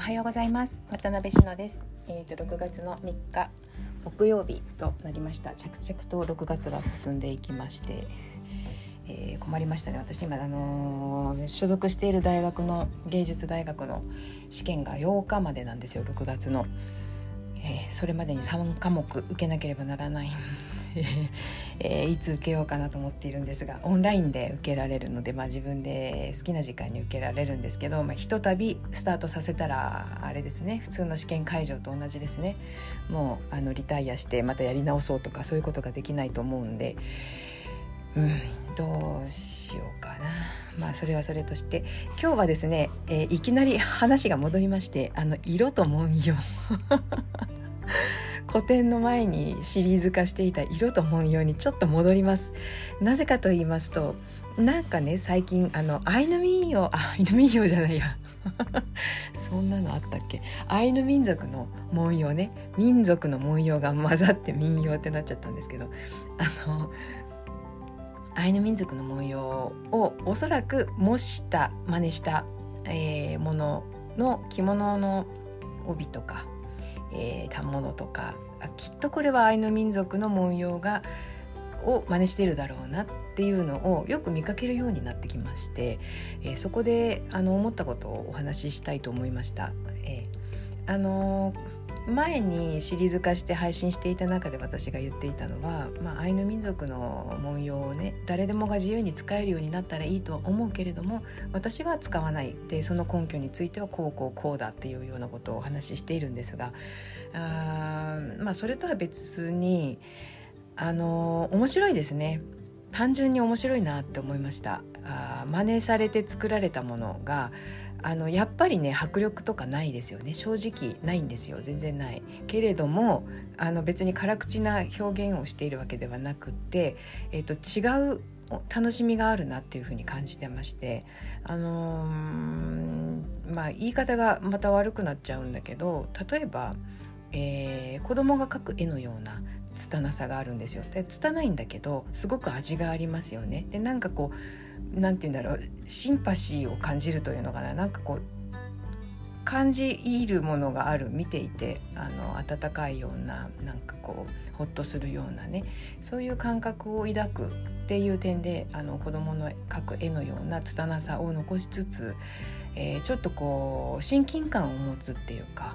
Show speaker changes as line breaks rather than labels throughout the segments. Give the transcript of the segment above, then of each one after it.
はようございます。渡辺志乃です。6月の3日木曜日となりました。着々と6月が進んでいきまして、困りましたね。私今、所属している大学の芸術大学の試験が8日までなんですよ。6月の、それまでに3科目受けなければならないいつ受けようかなと思っているんですが、オンラインで受けられるので、自分で好きな時間に受けられるんですけど、ひとたびスタートさせたらあれですね、普通の試験会場と同じですね。もうリタイアしてまたやり直そうとかそういうことができないと思うんで、どうしようかな。それはそれとして、今日はですね、いきなり話が戻りまして、色と文様古典の前にシリーズ化していた色と文様にちょっと戻ります。なぜかと言いますと、なんかね、最近アイヌ民謡じゃないやそんなのあったっけ。アイヌ民族の文様ね、民族の文様が混ざって民謡ってなっちゃったんですけど、アイヌ民族の文様をおそらく模した真似した、ものの着物の帯とか反物とか、きっとこれはアイヌ民族の文様を真似しているだろうなっていうのをよく見かけるようになってきまして、そこで思ったことをお話ししたいと思いました。前にシリーズ化して配信していた中で私が言っていたのは、アイヌ民族の文様をね、誰でもが自由に使えるようになったらいいとは思うけれども、私は使わないで、その根拠についてはこうだっていうようなことをお話ししているんですが、それとは別に面白いですね。単純に面白いなって思いました。真似されて作られたものがやっぱりね、迫力とかないですよね。正直ないんですよ。全然ないけれども、別に辛口な表現をしているわけではなくって、違う楽しみがあるなっていうふうに感じてまして、言い方がまた悪くなっちゃうんだけど、例えば、子供が描く絵のような拙さがあるんですよ。で、拙いんだけどすごく味がありますよね。で、なんかこう、なんて言うんだろう、シンパシーを感じるというのかな、なんかこう感じ入るものがある。見ていて温かいような、なんかこうホッとするようなね、そういう感覚を抱くっていう点で、子供の描く絵のような拙さを残しつつ、ちょっとこう親近感を持つっていうか、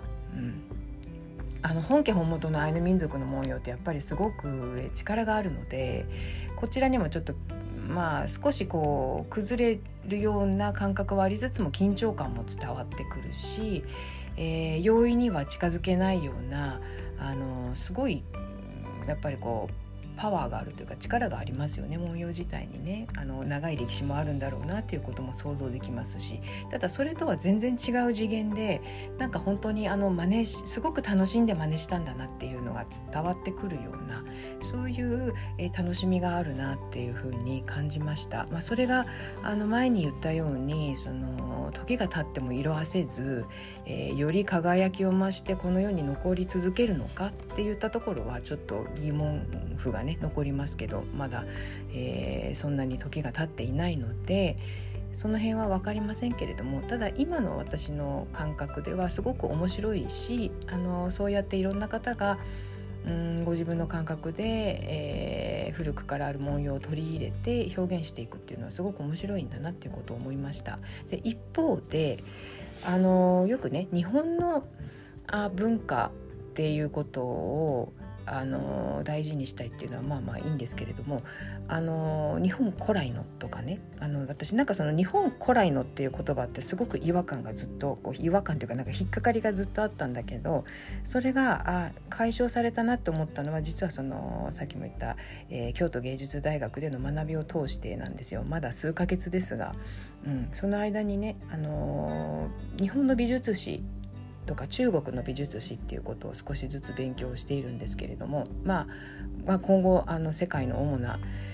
本家本元のアイヌ民族の文様ってやっぱりすごく力があるので、こちらにもちょっと少しこう崩れるような感覚はありつつも、緊張感も伝わってくるし、容易には近づけないようなすごいやっぱりこうパワーがあるというか力がありますよね。文様自体にね、長い歴史もあるんだろうなっていうことも想像できますし、ただそれとは全然違う次元で、なんか本当にすごく楽しんで真似したんだなっていうのが伝わってくるような、そういう、楽しみがあるなっていうふうに感じました。それが前に言ったように、時が経っても色あせず、より輝きを増してこの世に残り続けるのかっていったところはちょっと疑問符がね残りますけど、まだ、そんなに時が経っていないのでその辺は分かりませんけれども、ただ今の私の感覚ではすごく面白いし、そうやっていろんな方がご自分の感覚で、古くからある文様を取り入れて表現していくっていうのはすごく面白いんだなっていうことを思いました。で、一方でよくね、日本の文化っていうことを大事にしたいっていうのはいいんですけれども、日本古来のとかね、私なんかその日本古来のっていう言葉ってすごく違和感がずっと違和感というか、なんか引っかかりがずっとあったんだけど、それが解消されたなって思ったのは、実はさっきも言った、京都芸術大学での学びを通してなんですよ。まだ数ヶ月ですが、その間にね、日本の美術史とか中国の美術史っていうことを少しずつ勉強しているんですけれども、今後世界の主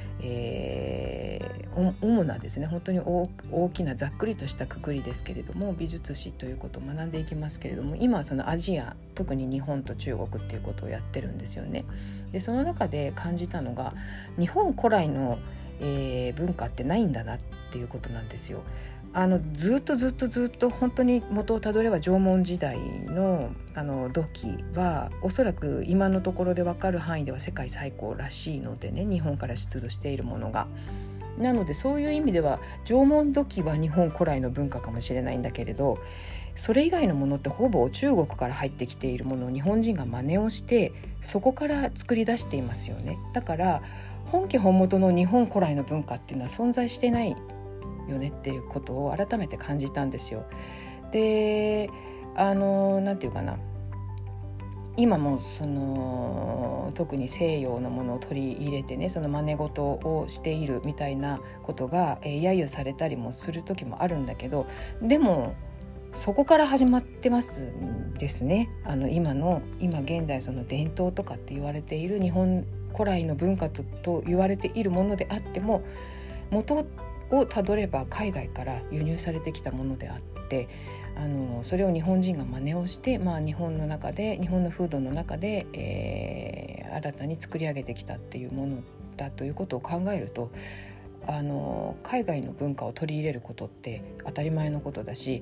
なですね、本当に大きなざっくりとしたくくりですけれども、美術史ということを学んでいきますけれども、今はそのアジア、特に日本と中国っていうことをやってるんですよね。で、その中で感じたのが、日本古来の文化ってないんだなっていうことなんですよ。 ずっと本当に元をたどれば縄文時代の土器はおそらく今のところで分かる範囲では世界最高らしいのでね、日本から出土しているものが。なのでそういう意味では縄文土器は日本古来の文化かもしれないんだけれど、それ以外のものってほぼ中国から入ってきているものを日本人が真似をしてそこから作り出していますよね。だから本家本元の日本古来の文化っていうのは存在してないよねっていうことを改めて感じたんですよ。で、なんていうかな、今も特に西洋のものを取り入れてね、その真似事をしているみたいなことが、揶揄されたりもする時もあるんだけど、でもそこから始まってますんですね。今現代その伝統とかって言われている日本古来の文化と言われているものであっても、元をたどれば海外から輸入されてきたものであって、それを日本人が真似をして、日本の風土の中で、新たに作り上げてきたっていうものだということを考えると、海外の文化を取り入れることって当たり前のことだし、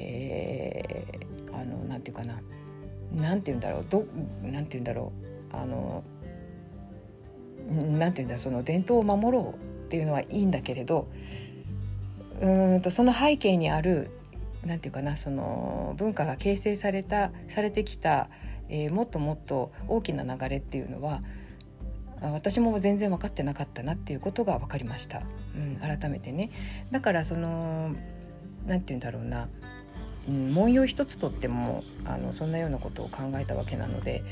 なんていうかな、なんていうんだろう、その伝統を守ろうっていうのはいいんだけれど、その背景にあるなんていうかな、その文化が形成されてきた、もっともっと大きな流れっていうのは私も全然分かってなかったなっていうことが分かりました、改めてね。だからなんていうんだろうな、文様一つとってもそんなようなことを考えたわけなので、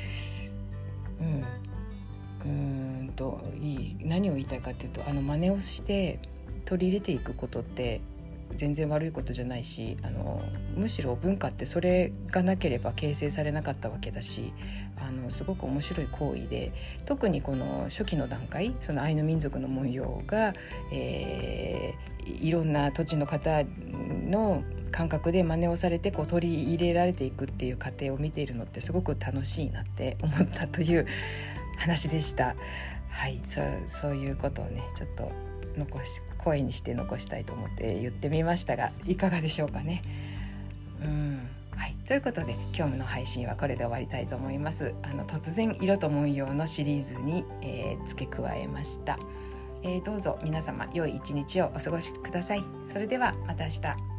何を言いたいかっていうと、真似をして取り入れていくことって全然悪いことじゃないし、むしろ文化ってそれがなければ形成されなかったわけだし、すごく面白い行為で、特にこの初期の段階、そのアイヌ民族の文様が、いろんな土地の方の感覚で真似をされて取り入れられていくっていう過程を見ているのってすごく楽しいなって思ったという話でした。はい、そういうことをね、ちょっと声にして残したいと思って言ってみましたが、いかがでしょうかね。はい、ということで今日の配信はこれで終わりたいと思います。突然色と文様のシリーズに、付け加えました。どうぞ皆様良い一日をお過ごしください。それではまた明日。